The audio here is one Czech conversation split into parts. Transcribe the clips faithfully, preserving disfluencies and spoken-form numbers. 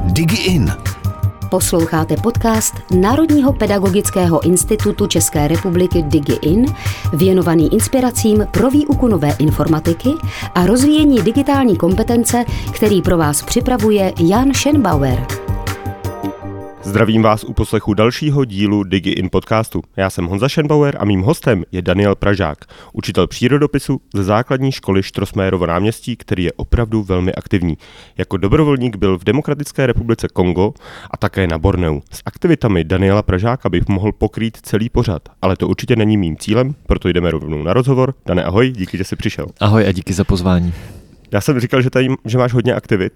DigiIn. Posloucháte podcast Národního pedagogického institutu České republiky DigiIn, věnovaný inspiracím pro výuku nové informatiky a rozvíjení digitální kompetence, který pro vás připravuje Jan Schenbauer. Zdravím vás u poslechu dalšího dílu DigiIn podcastu. Já jsem Honza Schenbauer a mým hostem je Daniel Pražák, učitel přírodopisu ze základní školy Štrosmayerovo náměstí, který je opravdu velmi aktivní. Jako dobrovolník byl v Demokratické republice Kongo a také na Borneu. S aktivitami Daniela Pražáka bych mohl pokrýt celý pořad, ale to určitě není mým cílem, proto jdeme rovnou na rozhovor. Dane, ahoj, díky, že jsi přišel. Ahoj a díky za pozvání. Já jsem říkal, že, tady, že máš hodně aktivit.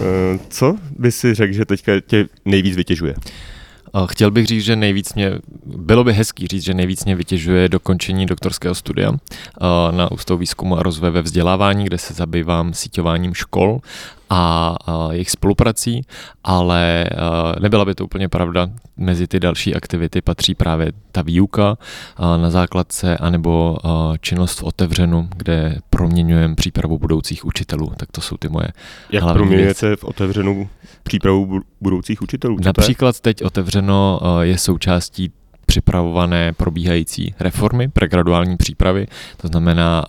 Co by si řekl, že teďka tě nejvíc vytěžuje? Chtěl bych říct, že nejvíc mě, bylo by hezký říct, že nejvíc mě vytěžuje dokončení doktorského studia na Ústavu výzkumu a rozvoje ve vzdělávání, kde se zabývám síťováním škol a jejich spoluprací, ale nebyla by to úplně pravda. Mezi ty další aktivity patří právě ta výuka na základce anebo činnost v otevřenu, kde proměňujeme přípravu budoucích učitelů. Tak to jsou ty moje Jak hlavní proměňujete věci. v otevřenu přípravu budoucích učitelů? Co Například teď otevřeno je součástí připravované probíhající reformy pregraduální přípravy, to znamená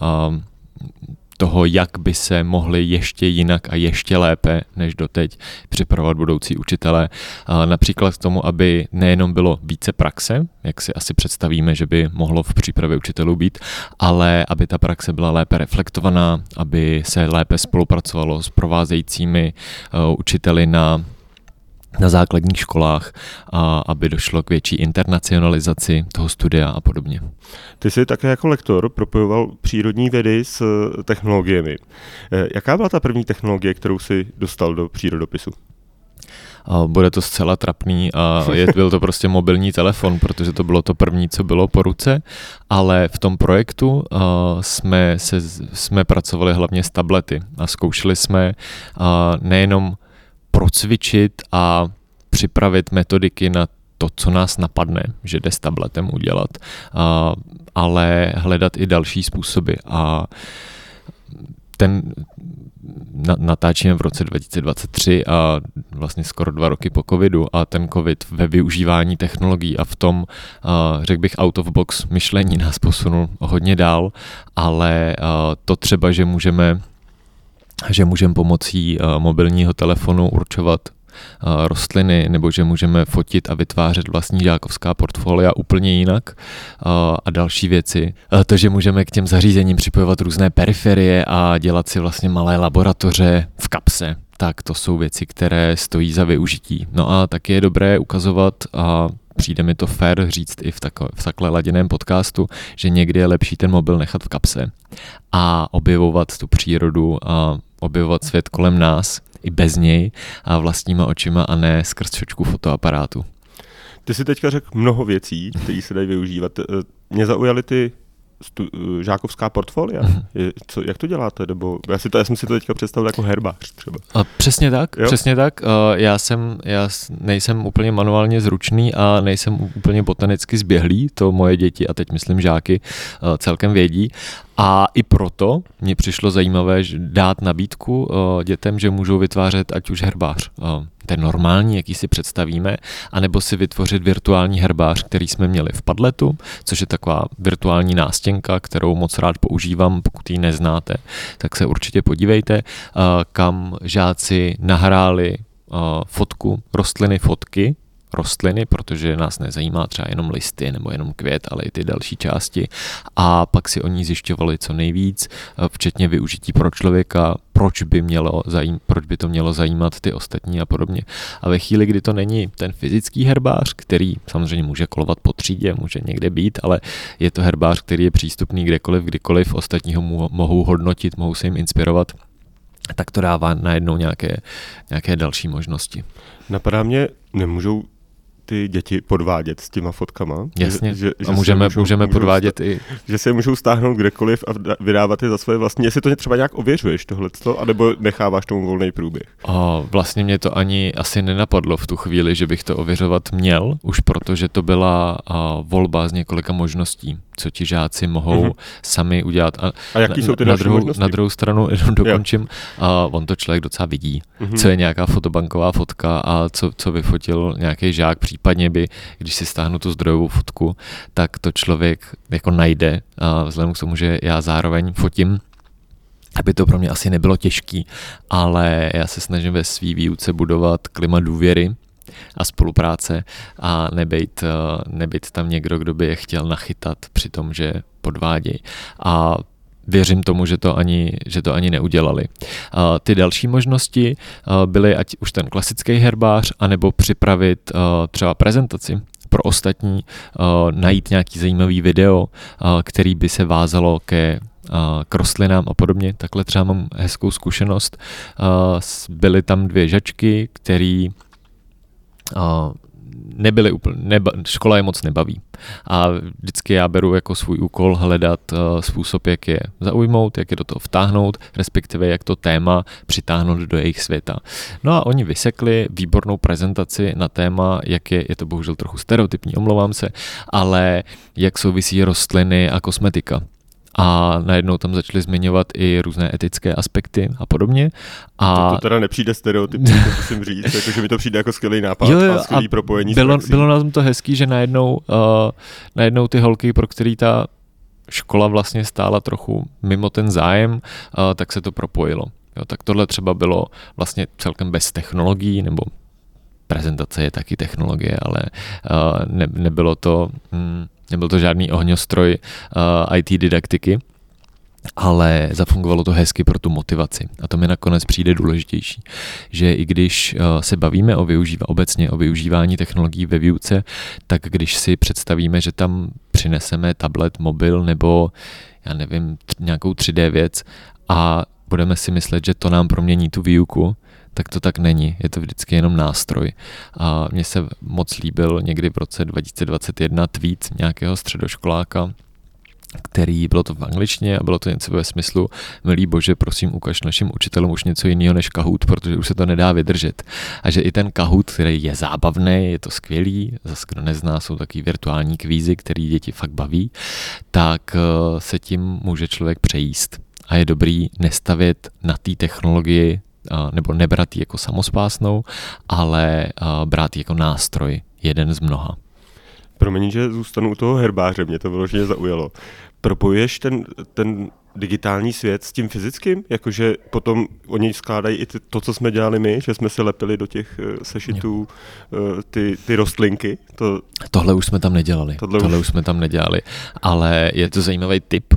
toho, jak by se mohli ještě jinak a ještě lépe než doteď připravovat budoucí učitelé. Například k tomu, aby nejenom bylo více praxe, jak si asi představíme, že by mohlo v přípravě učitelů být, ale aby ta praxe byla lépe reflektovaná, aby se lépe spolupracovalo s provázejícími učiteli na na základních školách, a aby došlo k větší internacionalizaci toho studia a podobně. Ty jsi také jako lektor propojoval přírodní vědy s technologiemi. Jaká byla ta první technologie, kterou jsi dostal do přírodopisu? Bude to zcela trapný a je, byl to prostě mobilní telefon, protože to bylo to první, co bylo po ruce, ale v tom projektu uh, jsme, se, jsme pracovali hlavně s tablety a zkoušeli jsme uh, nejenom procvičit a připravit metodiky na to, co nás napadne, že jde s tabletem udělat, a, ale hledat i další způsoby. A ten na, natáčíme v roce dva tisíce dvacet tři a vlastně skoro dva roky po covidu a ten covid ve využívání technologií a v tom, a, řekl bych, out of box myšlení nás posunul hodně dál, ale a, to třeba, že můžeme že můžeme pomocí uh, mobilního telefonu určovat uh, rostliny, nebo že můžeme fotit a vytvářet vlastní žákovská portfolia úplně jinak uh, a další věci. Uh, to, že můžeme k těm zařízením připojovat různé periferie a dělat si vlastně malé laboratoře v kapse, tak to jsou věci, které stojí za využití. No a taky je dobré ukazovat a přijde mi to fér říct i v, tako, v takhle laděném podcastu, že někdy je lepší ten mobil nechat v kapse a objevovat tu přírodu a objevovat svět kolem nás i bez něj a vlastníma očima a ne skrz čočku fotoaparátu. Ty jsi teďka řekl mnoho věcí, které se dají využívat. Mě zaujaly ty stu, žákovská portfolia. Je, co, jak to děláte? Nebo já, si to, já jsem si to teďka představil jako herbář třeba. A přesně tak, jo? přesně tak. Já jsem, já nejsem úplně manuálně zručný a nejsem úplně botanicky zběhlý, to moje děti a teď myslím žáky celkem vědí. A i proto mě přišlo zajímavé dát nabídku dětem, že můžou vytvářet ať už herbář ten normální, jaký si představíme, anebo si vytvořit virtuální herbář, který jsme měli v Padletu, což je taková virtuální nástěnka, kterou moc rád používám, pokud ji neznáte, tak se určitě podívejte, kam žáci nahráli fotku, rostliny, fotky, rostliny, protože nás nezajímá třeba jenom listy nebo jenom květ, ale i ty další části. A pak si o ní zjišťovali co nejvíc, včetně využití pro člověka, proč by, mělo zajím, proč by to mělo zajímat ty ostatní a podobně. A ve chvíli, kdy to není ten fyzický herbář, který samozřejmě může kolovat po třídě, může někde být, ale je to herbář, který je přístupný kdekoliv, kdykoliv, ostatní ho mohou hodnotit, mohou se jim inspirovat, tak to dává najednou nějaké, nějaké další možnosti. Napadá mě, nemůžou ty děti podvádět s těma fotkama. Jasně, že, že a můžeme, můžou, můžeme můžou podvádět sta- i... Že se je můžou stáhnout kdekoliv a vydávat je za svoje vlastní. Jestli to třeba nějak ověřuješ tohleto, anebo necháváš tomu volný průběh? O, vlastně mě to ani asi nenapadlo v tu chvíli, že bych to ověřovat měl, už protože to byla o, volba z několika možností. co ti žáci mohou mm-hmm. sami udělat. A, a jaký na, jsou ty na, další druhou, možnosti? na druhou stranu, jenom dokončím, a on to člověk docela vidí, mm-hmm. co je nějaká fotobanková fotka a co, co vyfotil nějaký žák, případně by, když si stáhnu tu zdrojovou fotku, tak to člověk jako najde, a vzhledem k tomu, že já zároveň fotím, aby to pro mě asi nebylo těžký, ale já se snažím ve svý výuce budovat klima důvěry a spolupráce a nebejt, nebejt tam někdo, kdo by je chtěl nachytat při tom, že podvádějí. A věřím tomu, že to ani, že to ani neudělali. A ty další možnosti byly ať už ten klasický herbář, anebo připravit třeba prezentaci pro ostatní, najít nějaký zajímavý video, který by se vázalo ke k rostlinám a podobně. Takhle třeba mám hezkou zkušenost. Byly tam dvě žačky, který nebyly úplně, neba, škola je moc nebaví. A vždycky já beru jako svůj úkol hledat způsob, jak je zaujmout, jak je do toho vtáhnout, respektive jak to téma přitáhnout do jejich světa. No a oni vysekli výbornou prezentaci na téma, jak je, je to bohužel trochu stereotypní, omlouvám se, ale jak souvisí rostliny a kosmetika. A najednou tam začali zmiňovat i různé etické aspekty a podobně. A to, to teda nepřijde stereotypně, to musím říct, jakože mi to přijde jako skvělý nápad jo, jo, a skvělý propojení bylo, s praxí. bylo na tom to hezký, že najednou, uh, najednou ty holky, pro který ta škola vlastně stála trochu mimo ten zájem, uh, tak se to propojilo. Jo, tak tohle třeba bylo vlastně celkem bez technologií, nebo prezentace je taky technologie, ale uh, ne, nebylo to... Mm, Nebyl to žádný ohňostroj uh, í té didaktiky, ale zafungovalo to hezky pro tu motivaci. A to mi nakonec přijde důležitější, že i když uh, se bavíme o využívání, obecně o využívání technologií ve výuce, tak když si představíme, že tam přineseme tablet, mobil nebo já nevím, t- nějakou tři dé věc a budeme si myslet, že to nám promění tu výuku, tak to tak není. Je to vždycky jenom nástroj. A mně se moc líbil někdy v roce dva tisíce dvacet jedna tweet nějakého středoškoláka, který, bylo to v angličtině a bylo to něco ve smyslu: milý bože, prosím, ukaž našim učitelům už něco jiného než Kahoot, protože už se to nedá vydržet. A že i ten Kahoot, který je zábavný, je to skvělý, zase kdo nezná, jsou taky virtuální kvízy, který děti fakt baví, tak se tím může člověk přejíst. A je dobrý nestavět na té technologii nebo nebrat ji jako samospásnou, ale brát ji jako nástroj, jeden z mnoha. Promiň, že zůstanu u toho herbáře, mě to vyloženě zaujalo. Propojuješ ten, ten digitální svět s tím fyzickým? Jakože potom oni skládají i to, co jsme dělali my, že jsme si lepili do těch sešitů ty, ty rostlinky? To... Tohle už jsme tam nedělali. Tohle, Tohle už... už jsme tam nedělali, ale je to zajímavý tip.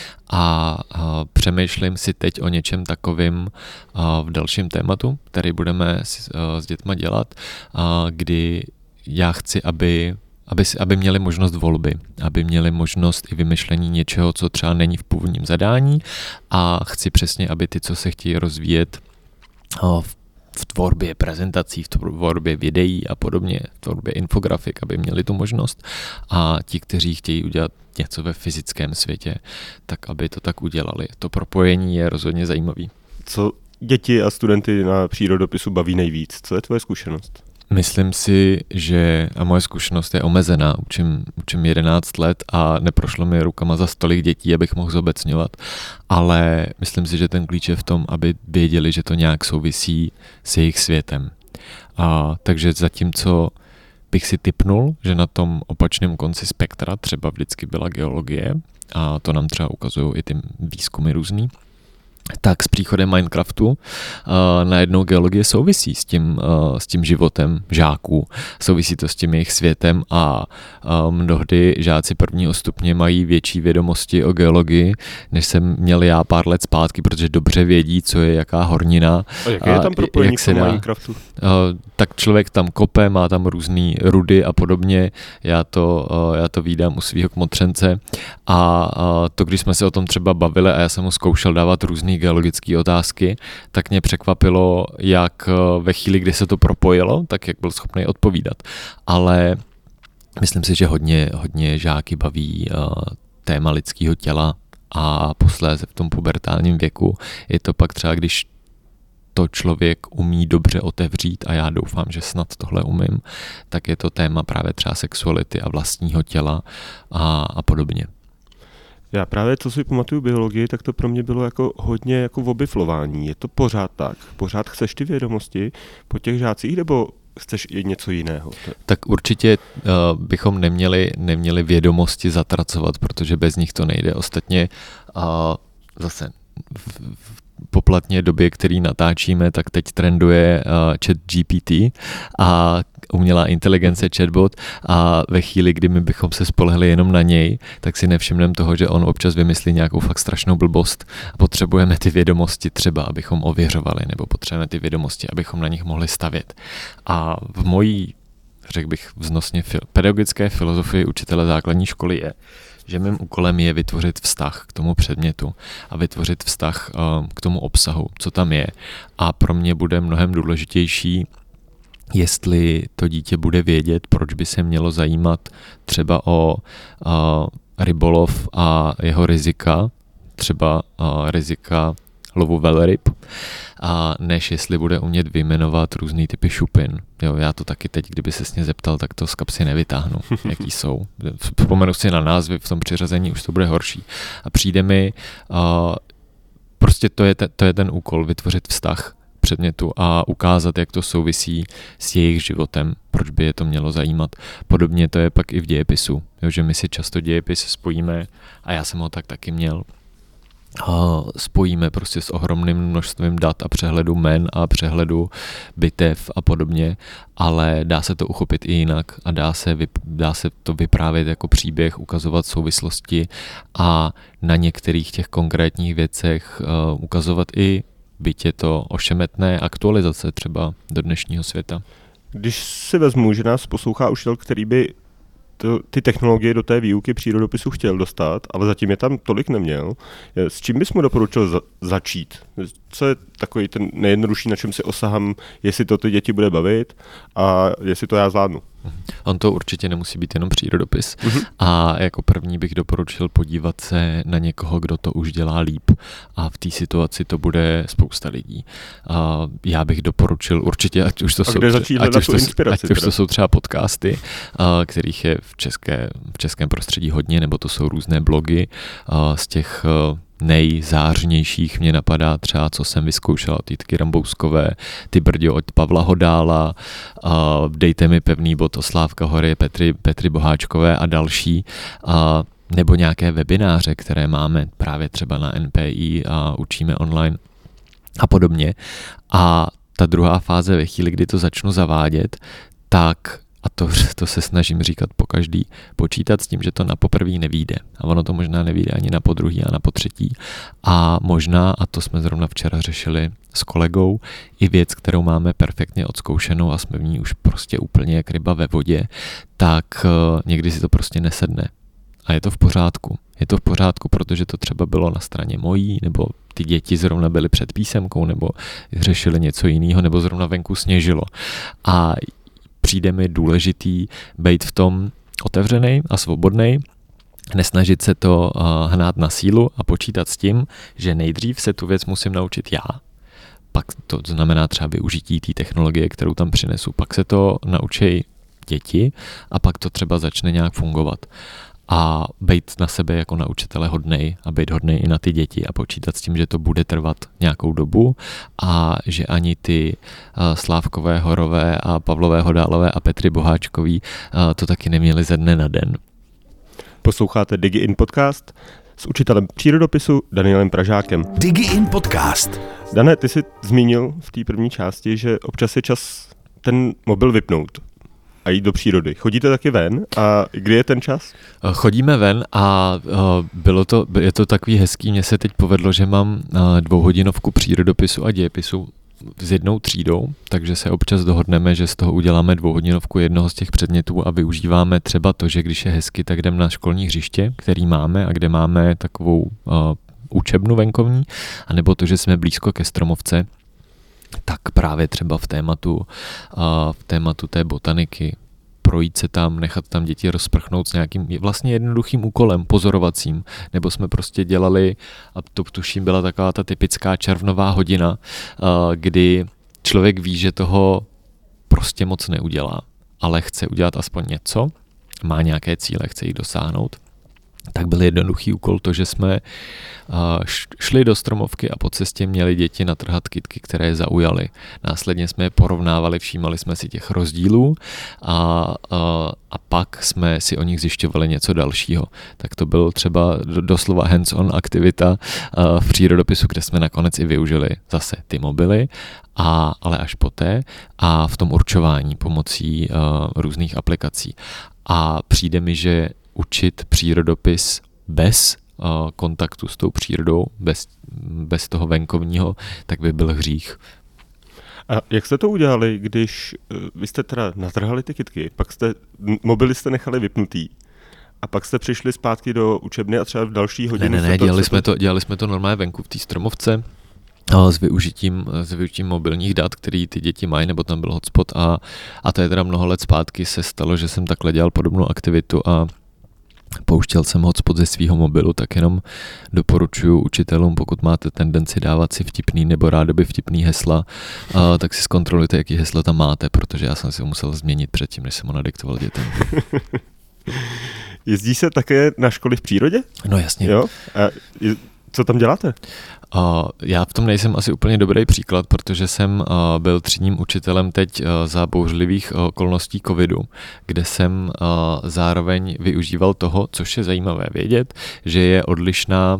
A, a přemýšlím si teď o něčem takovým a, v dalším tématu, který budeme s, a, s dětma dělat, a, kdy já chci, aby, aby, aby měli možnost volby, aby měli možnost i vymyšlení něčeho, co třeba není v původním zadání, a chci přesně, aby ty, co se chtějí rozvíjet a, v v tvorbě prezentací, v tvorbě videí a podobně, v tvorbě infografik, aby měli tu možnost, a ti, kteří chtějí udělat něco ve fyzickém světě, tak aby to tak udělali. To propojení je rozhodně zajímavý. Co děti a studenty na přírodopisu baví nejvíc? Co je tvoje zkušenost? Myslím si, že a moje zkušenost je omezená. Učím, učím jedenáct let a neprošlo mi rukama za stolik dětí, abych mohl zobecňovat, ale myslím si, že ten klíč je v tom, aby věděli, že to nějak souvisí s jejich světem. A takže zatímco bych si tipnul, že na tom opačném konci spektra třeba vždycky byla geologie, a to nám třeba ukazují i ty výzkumy různý, tak s příchodem Minecraftu uh, najednou geologie souvisí s tím, uh, s tím životem žáků, souvisí to s tím jejich světem, a uh, mnohdy žáci prvního stupně mají větší vědomosti o geologii, než jsem měl já pár let zpátky, protože dobře vědí, co je jaká hornina. A jaké je tam propojení v tom Minecraftu? Uh, tak člověk tam kope, má tam různý rudy a podobně, já to, uh, já to vídám u svého kmotřence, a uh, to, když jsme se o tom třeba bavili a já jsem mu zkoušel dávat různý geologické otázky, tak mě překvapilo, jak ve chvíli, kdy se to propojilo, tak jak byl schopný odpovídat. Ale myslím si, že hodně, hodně žáky baví uh, téma lidského těla, a posléze v tom pubertálním věku je to pak třeba, když to člověk umí dobře otevřít, a já doufám, že snad tohle umím, tak je to téma právě třeba sexuality a vlastního těla a, a podobně. Já právě, co si pamatuju biologii, tak to pro mě bylo jako hodně jako objevování. Je to pořád tak? Pořád chceš ty vědomosti po těch žácích, nebo chceš i něco jiného? Tak určitě uh, bychom neměli, neměli vědomosti zatracovat, protože bez nich to nejde. Ostatně uh, zase v, v poplatně době, který natáčíme, tak teď trenduje uh, chat G P T a umělá inteligence chatbot a ve chvíli, kdy my bychom se spolehli jenom na něj, tak si nevšimneme toho, že on občas vymyslí nějakou fakt strašnou blbost a potřebujeme ty vědomosti třeba, abychom ověřovali, nebo potřebujeme ty vědomosti, abychom na nich mohli stavět. A v mojí, řekl bych vznosně, fil- pedagogické filozofii učitele základní školy je, že mým úkolem je vytvořit vztah k tomu předmětu a vytvořit vztah uh, k tomu obsahu, co tam je. A pro mě bude mnohem důležitější, jestli to dítě bude vědět, proč by se mělo zajímat třeba o uh, rybolov a jeho rizika, třeba uh, rizika lovu velryb, a než jestli bude umět vyjmenovat různý typy šupin. Jo, já to taky teď, kdyby se s ně zeptal, tak to z kapsy nevytáhnu, jaký jsou. Vzpomenu si na názvy, v tom přiřazení už to bude horší. A přijde mi, uh, prostě to je, te, to je ten úkol, vytvořit vztah předmětu a ukázat, jak to souvisí s jejich životem, proč by je to mělo zajímat. Podobně to je pak i v dějepisu, jo, že my si často dějepis spojíme, a já jsem ho tak taky měl, a spojíme prostě s ohromným množstvím dat a přehledu jmen a přehledu bitev a podobně, ale dá se to uchopit i jinak a dá se, vyp- dá se to vyprávět jako příběh, ukazovat souvislosti a na některých těch konkrétních věcech uh, ukazovat i, byť je to ošemetné, aktualizace třeba do dnešního světa. Když si vezmu, že nás poslouchá učitel, který by to, ty technologie do té výuky přírodopisu chtěl dostat, ale zatím je tam tolik neměl, s čím bys mu doporučil za, začít? Co je takový ten nejjednodušší, na čem si osahám, jestli to ty děti bude bavit a jestli to já zvládnu? On to určitě nemusí být jenom přírodopis. Uh-huh. A jako první bych doporučil podívat se na někoho, kdo to už dělá líp. A v té situaci to bude spousta lidí. A já bych doporučil určitě, ať už to, jsou, ať už to, ať už to jsou třeba podcasty, a, kterých je v, české, v českém prostředí hodně, nebo to jsou různé blogy a, z těch nejzářnějších mě napadá třeba, co jsem vyzkoušel od Jitky Rambouskové, Ty brďo od Pavla Hodála, uh, Dejte mi pevný bod od Slávka Hory, Petry, Petry Boháčkové a další, uh, nebo nějaké webináře, které máme právě třeba na N P I a učíme online a podobně. A ta druhá fáze ve chvíli, kdy to začnu zavádět, tak a to, to se snažím říkat po každý, počítat s tím, že to na poprvý nevyjde. A ono to možná nevyjde ani na podruhý a na potřetí. A možná, a to jsme zrovna včera řešili s kolegou, i věc, kterou máme perfektně odzkoušenou a jsme v ní už prostě úplně jak ryba ve vodě, tak uh, někdy si to prostě nesedne. A je to v pořádku. Je to v pořádku, protože to třeba bylo na straně mojí, nebo ty děti zrovna byly před písemkou, nebo řešili něco jiného, nebo zrovna venku sněžilo. A přijde mi důležitý být v tom otevřenej a svobodnej, nesnažit se to uh, hnát na sílu a počítat s tím, že nejdřív se tu věc musím naučit já, pak to znamená třeba využití té technologie, kterou tam přinesu, pak se to naučí děti a pak to třeba začne nějak fungovat. A být na sebe jako na učitele hodnej a být hodnej i na ty děti a počítat s tím, že to bude trvat nějakou dobu a že ani ty uh, Slávkové Horové a Pavlové Hodálové a Petry Boháčkový uh, to taky neměli ze dne na den. Posloucháte DigiIn podcast s učitelem přírodopisu Danielem Pražákem. DigiIn podcast. Dane, ty jsi zmínil v té první části, že občas je čas ten mobil vypnout a jít do přírody. Chodíte taky ven a kdy je ten čas? Chodíme ven a bylo to, je to takový hezký. Mně se teď povedlo, že mám dvouhodinovku přírodopisu a dějepisu s jednou třídou, takže se občas dohodneme, že z toho uděláme dvouhodinovku jednoho z těch předmětů a využíváme třeba to, že když je hezky, tak jdeme na školní hřiště, který máme a kde máme takovou uh, učebnu venkovní, anebo to, že jsme blízko ke Stromovce, tak právě třeba v tématu, uh, v tématu té botaniky projít se tam, nechat tam děti rozprchnout s nějakým vlastně jednoduchým úkolem, pozorovacím, nebo jsme prostě dělali, a to tuším byla taková ta typická červnová hodina, uh, kdy člověk ví, že toho prostě moc neudělá, ale chce udělat aspoň něco, má nějaké cíle, chce jich dosáhnout. tak byl jednoduchý úkol to, že jsme šli do stromovky a po cestě měli děti natrhat kytky, které je zaujaly. Následně jsme je porovnávali, všímali jsme si těch rozdílů a, a, a pak jsme si o nich zjišťovali něco dalšího. Tak to byl třeba doslova hands-on aktivita v přírodopisu, kde jsme nakonec i využili zase ty mobily, a, ale až poté a v tom určování pomocí a, různých aplikací. A přijde mi, že učit přírodopis bez uh, kontaktu s tou přírodou, bez, bez toho venkovního, tak by byl hřích. A jak jste to udělali, když uh, vy jste teda natrhali ty kytky, pak jste, mobily jste nechali vypnutý a pak jste přišli zpátky do učebny a třeba v další hodinu? Ne, ne, ne, dělali, jsme to, dělali jsme to normálně venku v té stromovce, s využitím, s využitím mobilních dat, který ty děti mají, nebo tam byl hotspot a, a to je teda mnoho let zpátky se stalo, že jsem takhle dělal podobnou aktivitu a pouštěl jsem hotspot ze svého mobilu, tak jenom doporučuji učitelům, pokud máte tendenci dávat si vtipný nebo rádoby vtipný hesla, a, tak si zkontrolujte, jaký hesla tam máte, protože já jsem si ho musel změnit předtím, než jsem ho nadiktoval dětem. Jezdí se také na školy v přírodě? No jasně. Jo? A je, co tam děláte? Uh, já v tom nejsem asi úplně dobrý příklad, protože jsem uh, byl třídním učitelem teď uh, za bouřlivých uh, okolností covidu, kde jsem uh, zároveň využíval toho, což je zajímavé vědět, že je odlišná,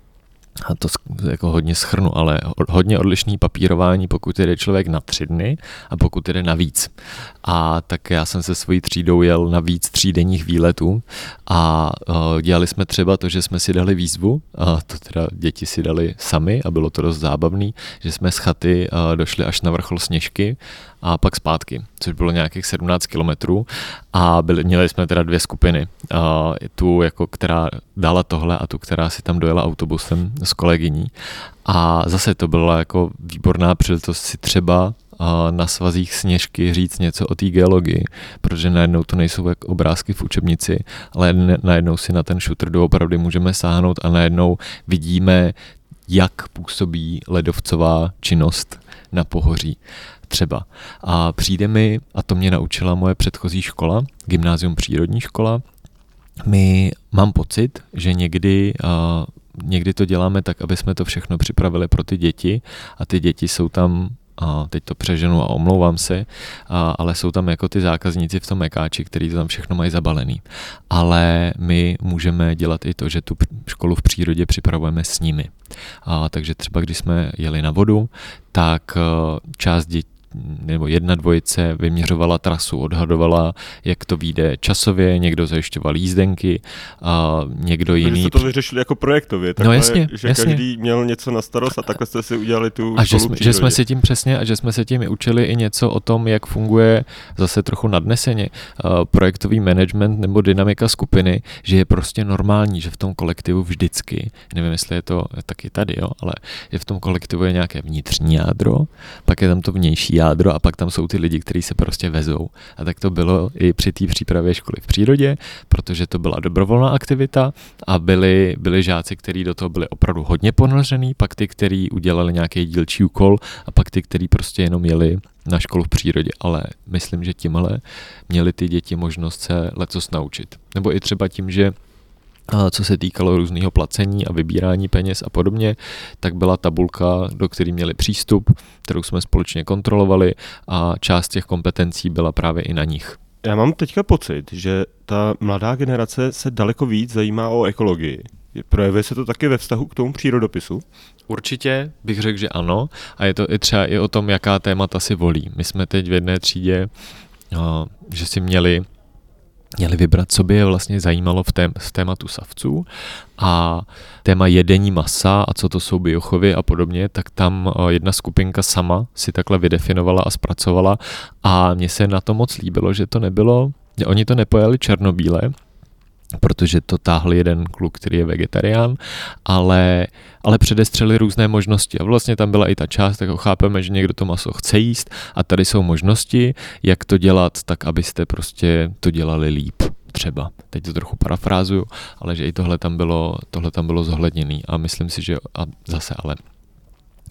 a to jako hodně schrnu, ale hodně odlišný papírování, pokud jde člověk na tři dny a pokud jde na víc. A tak já jsem se svojí třídou jel na víc třídenních výletů a uh, dělali jsme třeba to, že jsme si dali výzvu, a to teda děti si dali sami a bylo to dost zábavný, že jsme z chaty uh, došli až na vrchol Sněžky a pak zpátky, což bylo nějakých sedmnáct kilometrů a byli, měli jsme teda dvě skupiny, uh, tu, jako, která dala tohle a tu, která si tam dojela autobusem s kolegyní a zase to byla jako výborná příležitost si třeba uh, na svazích Sněžky říct něco o té geologii, protože najednou to nejsou jak obrázky v učebnici, ale najednou si na ten šutr doopravdy můžeme sáhnout a najednou vidíme, jak působí ledovcová činnost na pohoří. Třeba. A přijde mi, a to mě naučila moje předchozí škola, Gymnázium přírodní škola, my mám pocit, že někdy, uh, někdy to děláme tak, aby jsme to všechno připravili pro ty děti a ty děti jsou tam, uh, teď to přeženu a omlouvám se, uh, ale jsou tam jako ty zákazníci v tom mekáči, který to tam všechno mají zabalený. Ale my můžeme dělat i to, že tu školu v přírodě připravujeme s nimi. Uh, takže třeba když jsme jeli na vodu, tak uh, část dětí nebo jedna dvojice vyměřovala trasu, odhadovala, jak to vyjde časově, někdo zajišťoval jízdenky a někdo jiný. Takže jste to vyřešili jako projektově, takhle, no jasně, že jasně. Každý měl něco na starost a takhle jste si udělali tu a školu že jsme, v že jsme si tím přesně a že jsme se tím i učili i něco o tom, jak funguje zase trochu nadneseně uh, projektový management nebo dynamika skupiny, že je prostě normální, že v tom kolektivu vždycky, nevím, jestli je to taky tady, jo, ale je v tom kolektivu je nějaké vnitřní jádro, pak je tam to vnější jádro a pak tam jsou ty lidi, kteří se prostě vezou. A tak to bylo i při té přípravě školy v přírodě, protože to byla dobrovolná aktivita a byli, byli žáci, kteří do toho byli opravdu hodně ponořený, pak ty, kteří udělali nějaký dílčí úkol a pak ty, kteří prostě jenom jeli na školu v přírodě. Ale myslím, že tímhle měli ty děti možnost se lecos naučit. Nebo i třeba tím, že co se týkalo různého placení a vybírání peněz a podobně, tak byla tabulka, do které měli přístup, kterou jsme společně kontrolovali a část těch kompetencí byla právě i na nich. Já mám teďka pocit, že ta mladá generace se daleko víc zajímá o ekologii. Projevuje se to taky ve vztahu k tomu přírodopisu? Určitě bych řekl, že ano a je to i třeba i o tom, jaká témata si volí. My jsme teď v jedné třídě, že si měli Měli vybrat, co by je vlastně zajímalo v, tém, v tématu savců a téma jedení masa a co to jsou biochovy a podobně, tak tam jedna skupinka sama si takhle vydefinovala a zpracovala a mně se na to moc líbilo, že to nebylo, oni to nepojali černobíle, protože to táhl jeden kluk, který je vegetarián, ale, ale předestřeli různé možnosti. A vlastně tam byla i ta část, tak chápeme, že někdo to maso chce jíst a tady jsou možnosti, jak to dělat tak, abyste prostě to dělali líp. Třeba. Teď to trochu parafrázuju, ale že i tohle tam bylo, tohle tam bylo zohledněný a myslím si, že a zase ale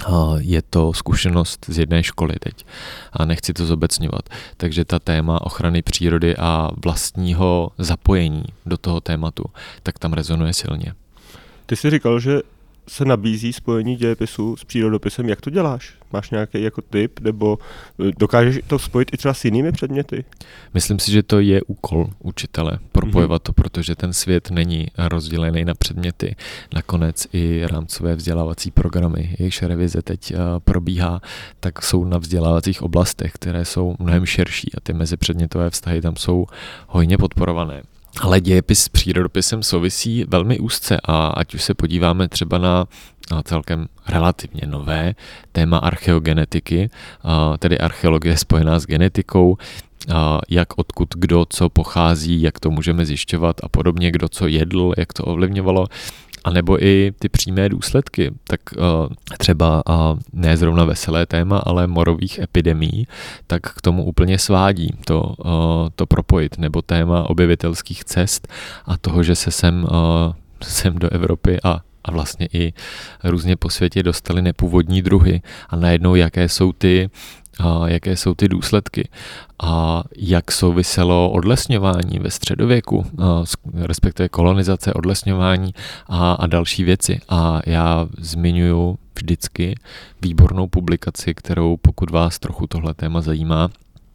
je to zkušenost z jedné školy teď a nechci to zobecňovat. Takže ta téma ochrany přírody a vlastního zapojení do toho tématu, tak tam rezonuje silně. Ty jsi říkal, že se nabízí spojení dějepisu s přírodopisem. Jak to děláš? Máš nějaký jako tip, nebo dokážeš to spojit i třeba s jinými předměty? Myslím si, že to je úkol učitele propojovat mm-hmm. to, protože ten svět není rozdělený na předměty. Nakonec i rámcové vzdělávací programy, jejichž revize teď probíhá, tak jsou na vzdělávacích oblastech, které jsou mnohem širší a ty mezipředmětové vztahy tam jsou hojně podporované. Ale dějepis s přírodopisem souvisí velmi úzce a ať už se podíváme třeba na celkem relativně nové téma archeogenetiky, tedy archeologie spojená s genetikou, jak odkud kdo co pochází, jak to můžeme zjišťovat a podobně, kdo co jedl, jak to ovlivňovalo, a nebo i ty přímé důsledky, tak uh, třeba uh, ne zrovna veselé téma, ale morových epidemií, tak k tomu úplně svádí to, uh, to propojit, nebo téma objevitelských cest a toho, že se sem, uh, sem do Evropy a a vlastně i různě po světě dostali nepůvodní druhy a najednou jaké jsou ty a jaké jsou ty důsledky a jak souviselo odlesňování ve středověku, respektive kolonizace, odlesňování a, a další věci. A já zmiňuji vždycky výbornou publikaci, kterou pokud vás trochu tohle téma zajímá,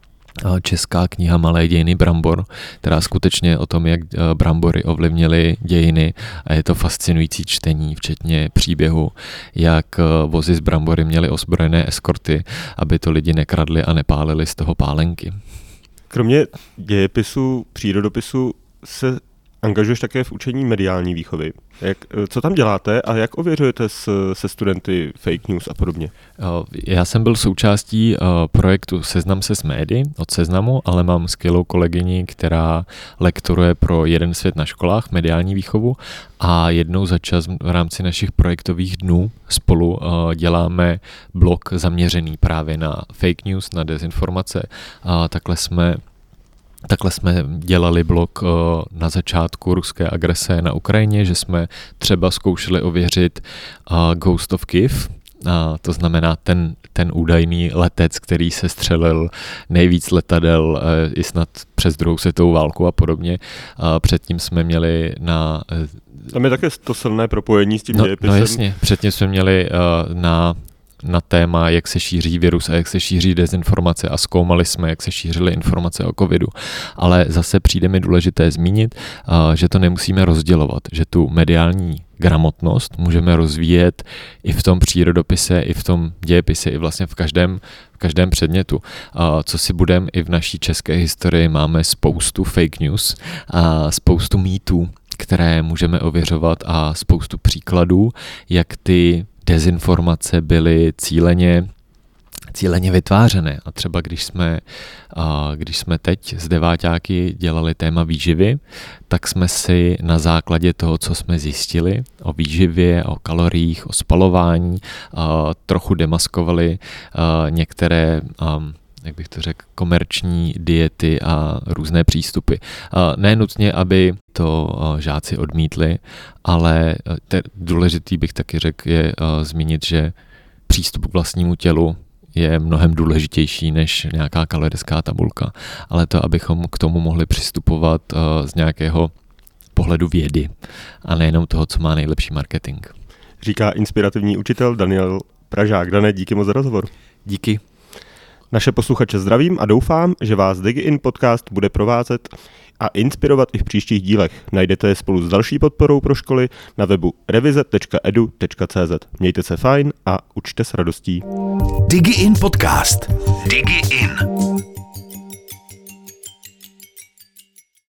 česká kniha Malé dějiny brambor, která skutečně o tom, jak brambory ovlivnily dějiny a je to fascinující čtení, včetně příběhu, jak vozy z brambory měly ozbrojené eskorty, aby to lidi nekradli a nepálili z toho pálenky. Kromě dějepisu, přírodopisu se angažuješ také v učení mediální výchovy. Jak, co tam děláte a jak ověřujete s, se studenty fake news a podobně? Já jsem byl součástí projektu Seznam se s médií od Seznamu, ale mám skvělou kolegyni, která lektoruje pro Jeden svět na školách mediální výchovu a jednou za čas v rámci našich projektových dnů spolu děláme blog zaměřený právě na fake news, na dezinformace. Takhle jsme Takhle jsme dělali blog na začátku ruské agrese na Ukrajině, že jsme třeba zkoušeli ověřit Ghost of Kyiv, a to znamená ten, ten údajný letec, který se střelil nejvíc letadel i snad přes druhou světovou válku a podobně. A předtím jsme měli na... Tam je také to silné propojení s tím no, dějepisem. No jasně, předtím jsme měli na... na téma, jak se šíří virus a jak se šíří dezinformace a zkoumali jsme, jak se šířily informace o covidu. Ale zase přijde mi důležité zmínit, že to nemusíme rozdělovat, že tu mediální gramotnost můžeme rozvíjet i v tom přírodopise, i v tom dějepise, i vlastně v každém, v každém předmětu. Co si budem, i v naší české historii máme spoustu fake news a spoustu mýtů, které můžeme ověřovat a spoustu příkladů, jak ty dezinformace byly cíleně, cíleně vytvářené. A třeba když jsme, když jsme teď s deváťáky dělali téma výživy, tak jsme si na základě toho, co jsme zjistili o výživě, o kaloriích, o spalování, trochu demaskovali některé, jak bych to řekl, komerční diety a různé přístupy. Ne nutně, aby to žáci odmítli, ale te, důležitý bych taky řekl je zmínit, že přístup k vlastnímu tělu je mnohem důležitější než nějaká kalorická tabulka. Ale to, abychom k tomu mohli přistupovat z nějakého pohledu vědy a nejenom toho, co má nejlepší marketing. Říká inspirativní učitel Daniel Pražák. Dané, díky moc za rozhovor. Díky. Naše posluchače zdravím a doufám, že vás DigiIn podcast bude provázet a inspirovat i v příštích dílech. Najdete je spolu s další podporou pro školy na webu revize tečka edu tečka cz. Mějte se fajn a učte s radostí. DigiIn podcast. DigiIn.